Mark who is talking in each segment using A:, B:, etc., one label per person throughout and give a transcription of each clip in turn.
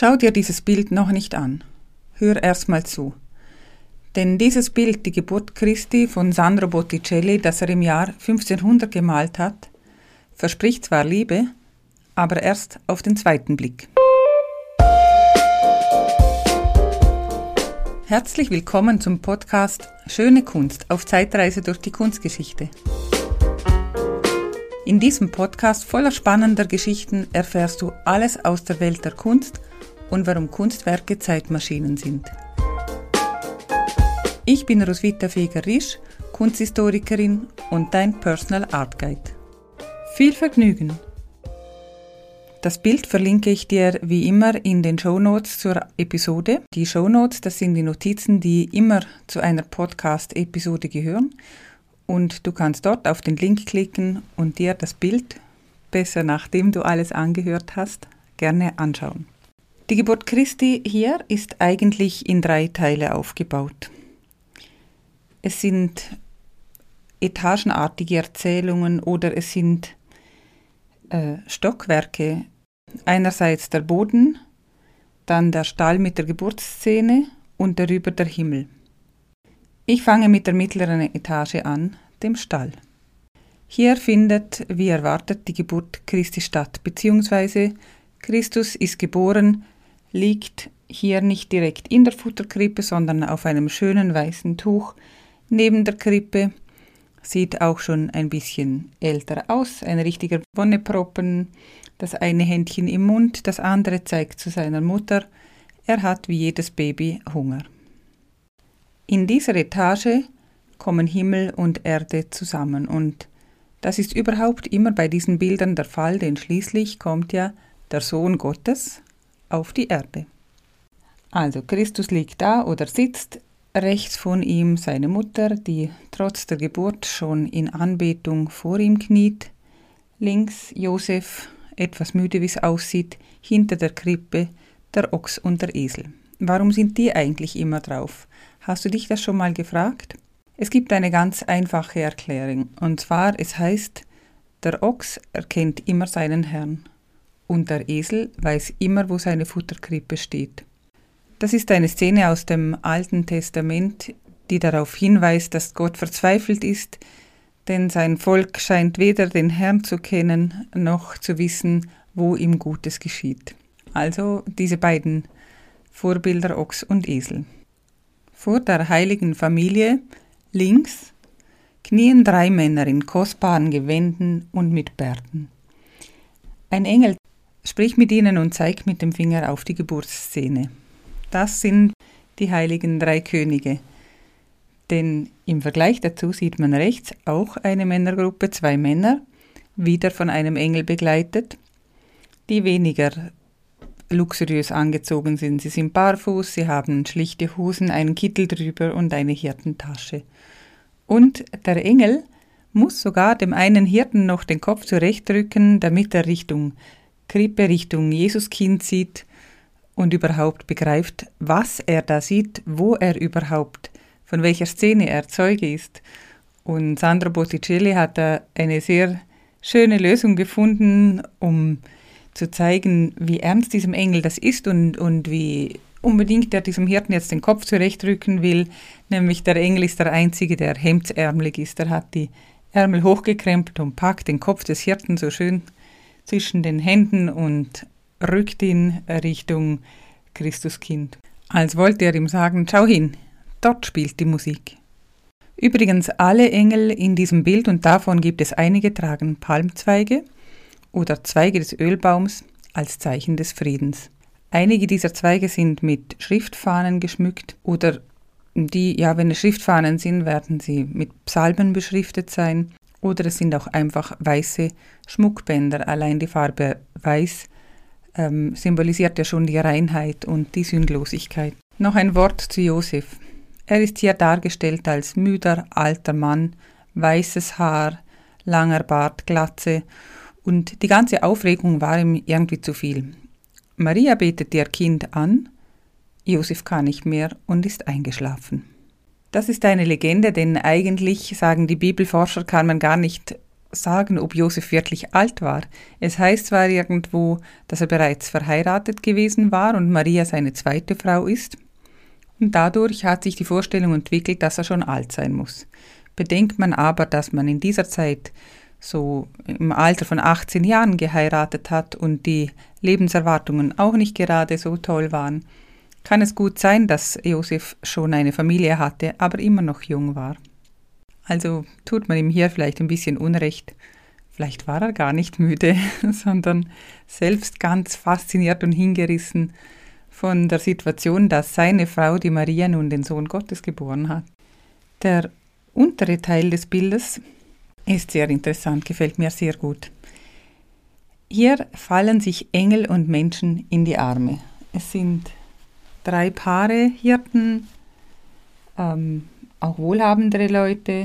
A: Schau dir dieses Bild noch nicht an. Hör erstmal zu. Denn dieses Bild, die Geburt Christi von Sandro Botticelli, das er im Jahr 1500 gemalt hat, verspricht zwar Liebe, aber erst auf den zweiten Blick. Herzlich willkommen zum Podcast Schöne Kunst auf Zeitreise durch die Kunstgeschichte. In diesem Podcast voller spannender Geschichten erfährst du alles aus der Welt der Kunst und warum Kunstwerke Zeitmaschinen sind. Ich bin Roswitha Feger-Risch, Kunsthistorikerin und dein Personal Art Guide. Viel Vergnügen! Das Bild verlinke ich dir wie immer in den Shownotes zur Episode. Die Shownotes, das sind die Notizen, die immer zu einer Podcast-Episode gehören. Und du kannst dort auf den Link klicken und dir das Bild, besser nachdem du alles angehört hast, gerne anschauen. Die Geburt Christi hier ist eigentlich in 3 Teile aufgebaut. Es sind etagenartige Erzählungen oder es sind Stockwerke. Einerseits der Boden, dann der Stall mit der Geburtsszene und darüber der Himmel. Ich fange mit der mittleren Etage an, dem Stall. Hier findet, wie erwartet, die Geburt Christi statt, beziehungsweise Christus ist geboren, liegt hier nicht direkt in der Futterkrippe, sondern auf einem schönen weißen Tuch neben der Krippe. Sieht auch schon ein bisschen älter aus, ein richtiger Wonneproppen, das eine Händchen im Mund, das andere zeigt zu seiner Mutter, er hat wie jedes Baby Hunger. In dieser Etage kommen Himmel und Erde zusammen und das ist überhaupt immer bei diesen Bildern der Fall, denn schließlich kommt ja der Sohn Gottes auf die Erde. Also Christus liegt da oder sitzt, rechts von ihm seine Mutter, die trotz der Geburt schon in Anbetung vor ihm kniet, links Josef, etwas müde wie es aussieht, hinter der Krippe der Ochs und der Esel. Warum sind die eigentlich immer drauf? Hast du dich das schon mal gefragt? Es gibt eine ganz einfache Erklärung, und zwar, es heißt, der Ochs erkennt immer seinen Herrn und der Esel weiß immer, wo seine Futterkrippe steht. Das ist eine Szene aus dem Alten Testament, die darauf hinweist, dass Gott verzweifelt ist, denn sein Volk scheint weder den Herrn zu kennen, noch zu wissen, wo ihm Gutes geschieht. Also diese beiden Vorbilder Ochs und Esel. Vor der heiligen Familie, links, knien 3 Männer in kostbaren Gewänden und mit Bärten. Ein Engel spricht mit ihnen und zeigt mit dem Finger auf die Geburtsszene. Das sind die heiligen 3 Könige. Denn im Vergleich dazu sieht man rechts auch eine Männergruppe, 2 Männer, wieder von einem Engel begleitet, die weniger luxuriös angezogen sind. Sie sind barfuß, sie haben schlichte Hosen, einen Kittel drüber und eine Hirtentasche. Und der Engel muss sogar dem einen Hirten noch den Kopf zurechtrücken, damit er Richtung Krippe, Richtung Jesuskind sieht und überhaupt begreift, was er da sieht, wo er überhaupt, von welcher Szene er Zeuge ist. Und Sandro Botticelli hat da eine sehr schöne Lösung gefunden, um zu zeigen, wie ernst diesem Engel das ist und wie unbedingt er diesem Hirten jetzt den Kopf zurechtrücken will. Nämlich der Engel ist der Einzige, der hemdsärmelig ist. Er hat die Ärmel hochgekrempelt und packt den Kopf des Hirten so schön zwischen den Händen und rückt ihn Richtung Christuskind. Als wollte er ihm sagen, schau hin, dort spielt die Musik. Übrigens, alle Engel in diesem Bild, und davon gibt es einige, tragen Palmzweige oder Zweige des Ölbaums als Zeichen des Friedens. Einige dieser Zweige sind mit Schriftfahnen geschmückt oder die, ja, wenn es Schriftfahnen sind, werden sie mit Psalmen beschriftet sein oder es sind auch einfach weiße Schmuckbänder. Allein die Farbe weiß symbolisiert ja schon die Reinheit und die Sündlosigkeit. Noch ein Wort zu Josef. Er ist hier dargestellt als müder, alter Mann, weißes Haar, langer Bart, Glatze und die ganze Aufregung war ihm irgendwie zu viel. Maria betet ihr Kind an, Josef kann nicht mehr und ist eingeschlafen. Das ist eine Legende, denn eigentlich, sagen die Bibelforscher, kann man gar nicht sagen, ob Josef wirklich alt war. Es heißt zwar irgendwo, dass er bereits verheiratet gewesen war und Maria seine zweite Frau ist. Und dadurch hat sich die Vorstellung entwickelt, dass er schon alt sein muss. Bedenkt man aber, dass man in dieser Zeit so im Alter von 18 Jahren geheiratet hat und die Lebenserwartungen auch nicht gerade so toll waren, kann es gut sein, dass Josef schon eine Familie hatte, aber immer noch jung war. Also tut man ihm hier vielleicht ein bisschen Unrecht. Vielleicht war er gar nicht müde, sondern selbst ganz fasziniert und hingerissen von der Situation, dass seine Frau, die Maria, nun den Sohn Gottes geboren hat. Der untere Teil des Bildes ist sehr interessant, gefällt mir sehr gut. Hier fallen sich Engel und Menschen in die Arme. Es sind 3 Paare Hirten, auch wohlhabendere Leute.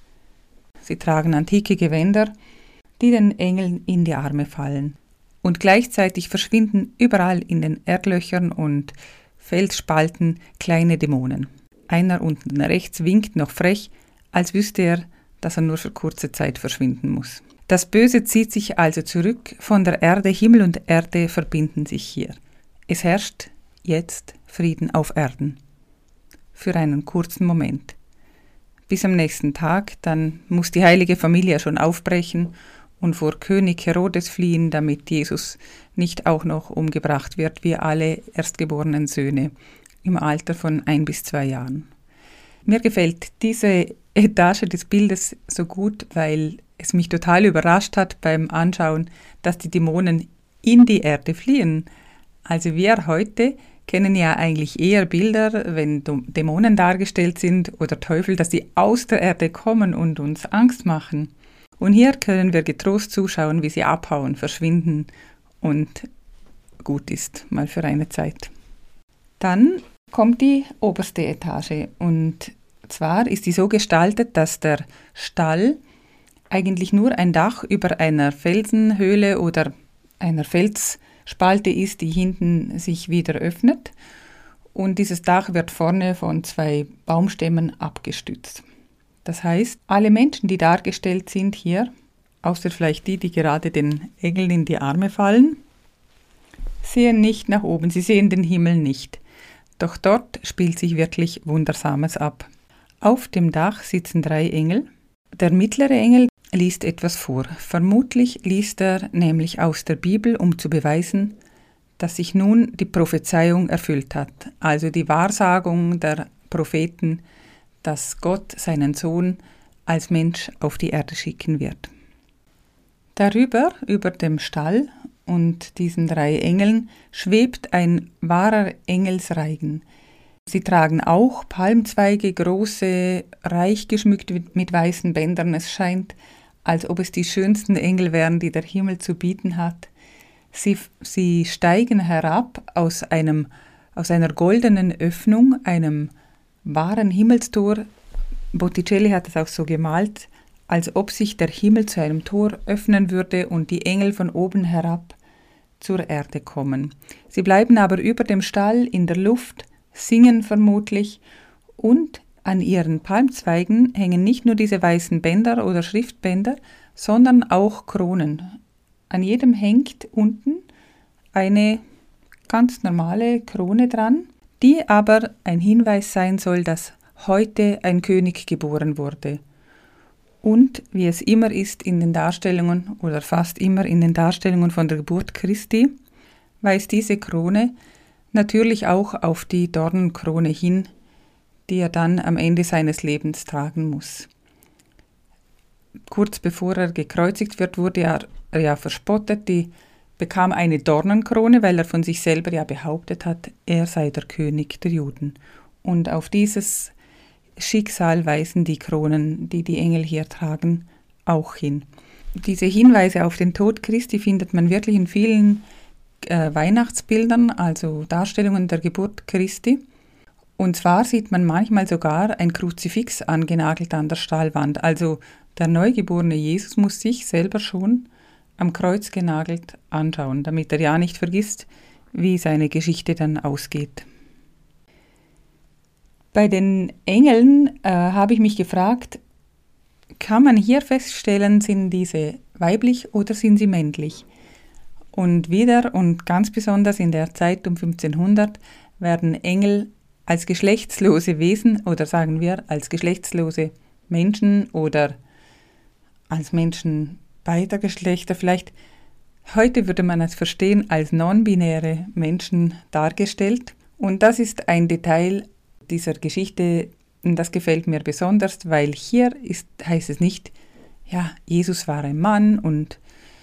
A: Sie tragen antike Gewänder, die den Engeln in die Arme fallen. Und gleichzeitig verschwinden überall in den Erdlöchern und Felsspalten kleine Dämonen. Einer unten rechts winkt noch frech, als wüsste er, dass er nur für kurze Zeit verschwinden muss. Das Böse zieht sich also zurück von der Erde, Himmel und Erde verbinden sich hier. Es herrscht jetzt Frieden auf Erden. Für einen kurzen Moment. Bis am nächsten Tag, dann muss die heilige Familie schon aufbrechen und vor König Herodes fliehen, damit Jesus nicht auch noch umgebracht wird, wie alle erstgeborenen Söhne im Alter von 1 bis 2 Jahren. Mir gefällt diese Etage des Bildes so gut, weil es mich total überrascht hat beim Anschauen, dass die Dämonen in die Erde fliehen. Also wir heute kennen ja eigentlich eher Bilder, wenn Dämonen dargestellt sind oder Teufel, dass sie aus der Erde kommen und uns Angst machen. Und hier können wir getrost zuschauen, wie sie abhauen, verschwinden und gut ist, mal für eine Zeit. Dann kommt die oberste Etage und zwar ist die so gestaltet, dass der Stall eigentlich nur ein Dach über einer Felsenhöhle oder einer Felsspalte ist, die hinten sich wieder öffnet. Und dieses Dach wird vorne von 2 Baumstämmen abgestützt. Das heißt, alle Menschen, die dargestellt sind hier, außer vielleicht die gerade den Engeln in die Arme fallen, sehen nicht nach oben, sie sehen den Himmel nicht. Doch dort spielt sich wirklich Wundersames ab. Auf dem Dach sitzen 3 Engel. Der mittlere Engel liest etwas vor. Vermutlich liest er nämlich aus der Bibel, um zu beweisen, dass sich nun die Prophezeiung erfüllt hat, also die Wahrsagung der Propheten, dass Gott seinen Sohn als Mensch auf die Erde schicken wird. Darüber, über dem Stall und diesen 3 Engeln, schwebt ein wahrer Engelsreigen. Sie tragen auch Palmzweige, große, reich geschmückt mit weißen Bändern. Es scheint, als ob es die schönsten Engel wären, die der Himmel zu bieten hat. Sie steigen herab aus einer goldenen Öffnung, einem wahren Himmelstor. Botticelli hat es auch so gemalt, als ob sich der Himmel zu einem Tor öffnen würde und die Engel von oben herab zur Erde kommen. Sie bleiben aber über dem Stall in der Luft, singen vermutlich, und an ihren Palmzweigen hängen nicht nur diese weißen Bänder oder Schriftbänder, sondern auch Kronen. An jedem hängt unten eine ganz normale Krone dran, die aber ein Hinweis sein soll, dass heute ein König geboren wurde. Und wie es immer ist in den Darstellungen oder fast immer in den Darstellungen von der Geburt Christi, weist diese Krone natürlich auch auf die Dornenkrone hin, die er dann am Ende seines Lebens tragen muss. Kurz bevor er gekreuzigt wird, wurde er ja verspottet, bekam eine Dornenkrone, weil er von sich selber ja behauptet hat, er sei der König der Juden. Und auf dieses Schicksal weisen die Kronen, die die Engel hier tragen, auch hin. Diese Hinweise auf den Tod Christi findet man wirklich in vielen Weihnachtsbildern, also Darstellungen der Geburt Christi. Und zwar sieht man manchmal sogar ein Kruzifix angenagelt an der Stallwand. Also der neugeborene Jesus muss sich selber schon am Kreuz genagelt anschauen, damit er ja nicht vergisst, wie seine Geschichte dann ausgeht. Bei den Engeln habe ich mich gefragt, kann man hier feststellen, sind diese weiblich oder sind sie männlich. Und wieder und ganz besonders in der Zeit um 1500 werden Engel als geschlechtslose Wesen oder sagen wir als geschlechtslose Menschen oder als Menschen beider Geschlechter vielleicht, heute würde man es verstehen, als non-binäre Menschen dargestellt. Und das ist ein Detail dieser Geschichte, das gefällt mir besonders, weil hier heißt es nicht, ja, Jesus war ein Mann und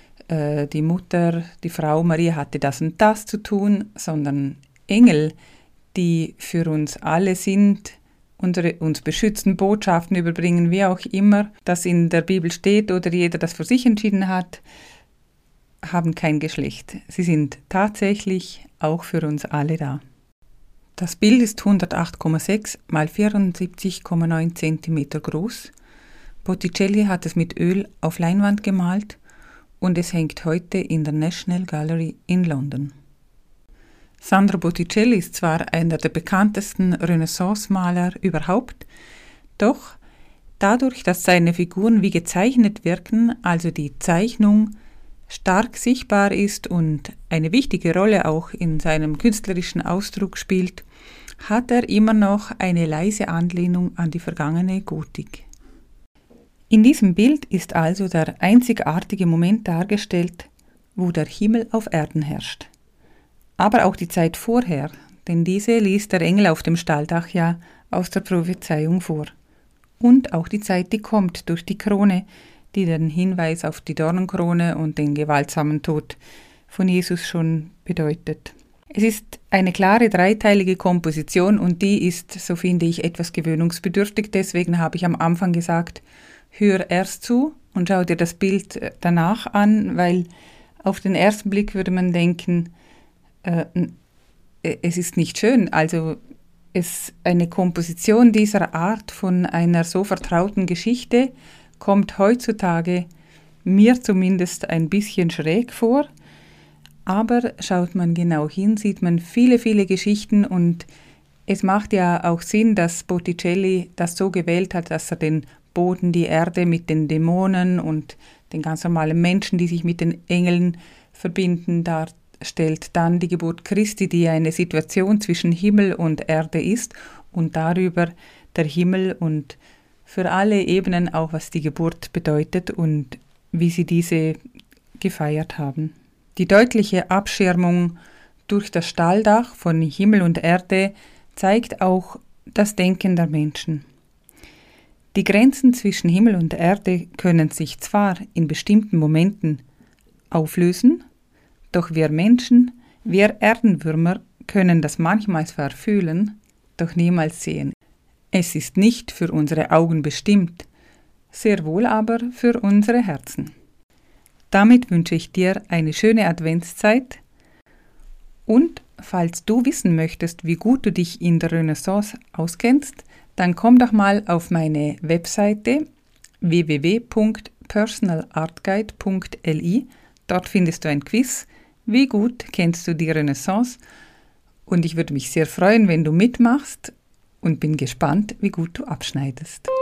A: die Mutter, die Frau Maria hatte das und das zu tun, sondern Engel, die für uns alle sind, uns beschützen, Botschaften überbringen, wie auch immer das in der Bibel steht oder jeder das für sich entschieden hat, haben kein Geschlecht. Sie sind tatsächlich auch für uns alle da. Das Bild ist 108,6 x 74,9 cm groß. Botticelli hat es mit Öl auf Leinwand gemalt und es hängt heute in der National Gallery in London. Sandro Botticelli ist zwar einer der bekanntesten Renaissance-Maler überhaupt, doch dadurch, dass seine Figuren wie gezeichnet wirken, also die Zeichnung stark sichtbar ist und eine wichtige Rolle auch in seinem künstlerischen Ausdruck spielt, hat er immer noch eine leise Anlehnung an die vergangene Gotik. In diesem Bild ist also der einzigartige Moment dargestellt, wo der Himmel auf Erden herrscht. Aber auch die Zeit vorher, denn diese liest der Engel auf dem Stalldach ja aus der Prophezeiung vor. Und auch die Zeit, die kommt durch die Krone, die den Hinweis auf die Dornenkrone und den gewaltsamen Tod von Jesus schon bedeutet. Es ist eine klare dreiteilige Komposition und die ist, so finde ich, etwas gewöhnungsbedürftig. Deswegen habe ich am Anfang gesagt, hör erst zu und schau dir das Bild danach an, weil auf den ersten Blick würde man denken, es ist nicht schön. Also eine Komposition dieser Art von einer so vertrauten Geschichte kommt heutzutage mir zumindest ein bisschen schräg vor. Aber schaut man genau hin, sieht man viele, viele Geschichten und es macht ja auch Sinn, dass Botticelli das so gewählt hat, dass er den Boden, die Erde mit den Dämonen und den ganz normalen Menschen, die sich mit den Engeln verbinden, darstellt. Dann die Geburt Christi, die eine Situation zwischen Himmel und Erde ist und darüber der Himmel und für alle Ebenen auch, was die Geburt bedeutet und wie sie diese gefeiert haben. Die deutliche Abschirmung durch das Stalldach von Himmel und Erde zeigt auch das Denken der Menschen. Die Grenzen zwischen Himmel und Erde können sich zwar in bestimmten Momenten auflösen, doch wir Menschen, wir Erdenwürmer, können das manchmal zwar fühlen, doch niemals sehen. Es ist nicht für unsere Augen bestimmt, sehr wohl aber für unsere Herzen. Damit wünsche ich dir eine schöne Adventszeit und falls du wissen möchtest, wie gut du dich in der Renaissance auskennst, dann komm doch mal auf meine Webseite www.personalartguide.li. Dort findest du ein Quiz. Wie gut kennst du die Renaissance? Und ich würde mich sehr freuen, wenn du mitmachst und bin gespannt, wie gut du abschneidest.